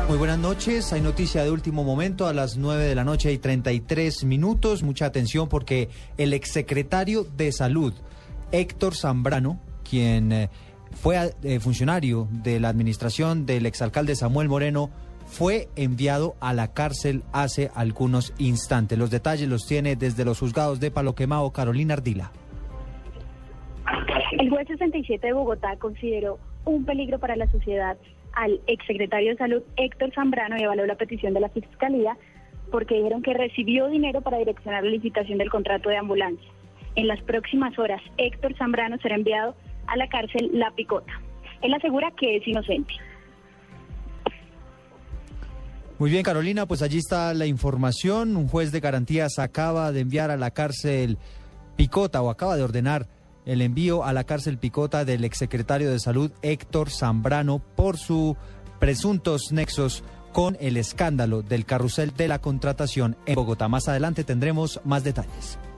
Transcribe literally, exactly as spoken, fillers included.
Muy buenas noches, hay noticia de último momento a las nueve de la noche y treinta y tres minutos. Mucha atención porque el exsecretario de Salud, Héctor Zambrano, quien eh, fue eh, funcionario de la administración del exalcalde Samuel Moreno, fue enviado a la cárcel hace algunos instantes. Los detalles los tiene desde los juzgados de Palo Quemado Carolina Ardila. El juez sesenta y siete de Bogotá consideró un peligro para la sociedad al exsecretario de Salud Héctor Zambrano y evaluó la petición de la Fiscalía porque dijeron que recibió dinero para direccionar la licitación del contrato de ambulancia. En las próximas horas, Héctor Zambrano será enviado a la cárcel La Picota. Él asegura que es inocente. Muy bien, Carolina, pues allí está la información. Un juez de garantías acaba de enviar a la cárcel Picota o acaba de ordenar el envío a la cárcel Picota del exsecretario de Salud Héctor Zambrano por sus presuntos nexos con el escándalo del carrusel de la contratación en Bogotá. Más adelante tendremos más detalles.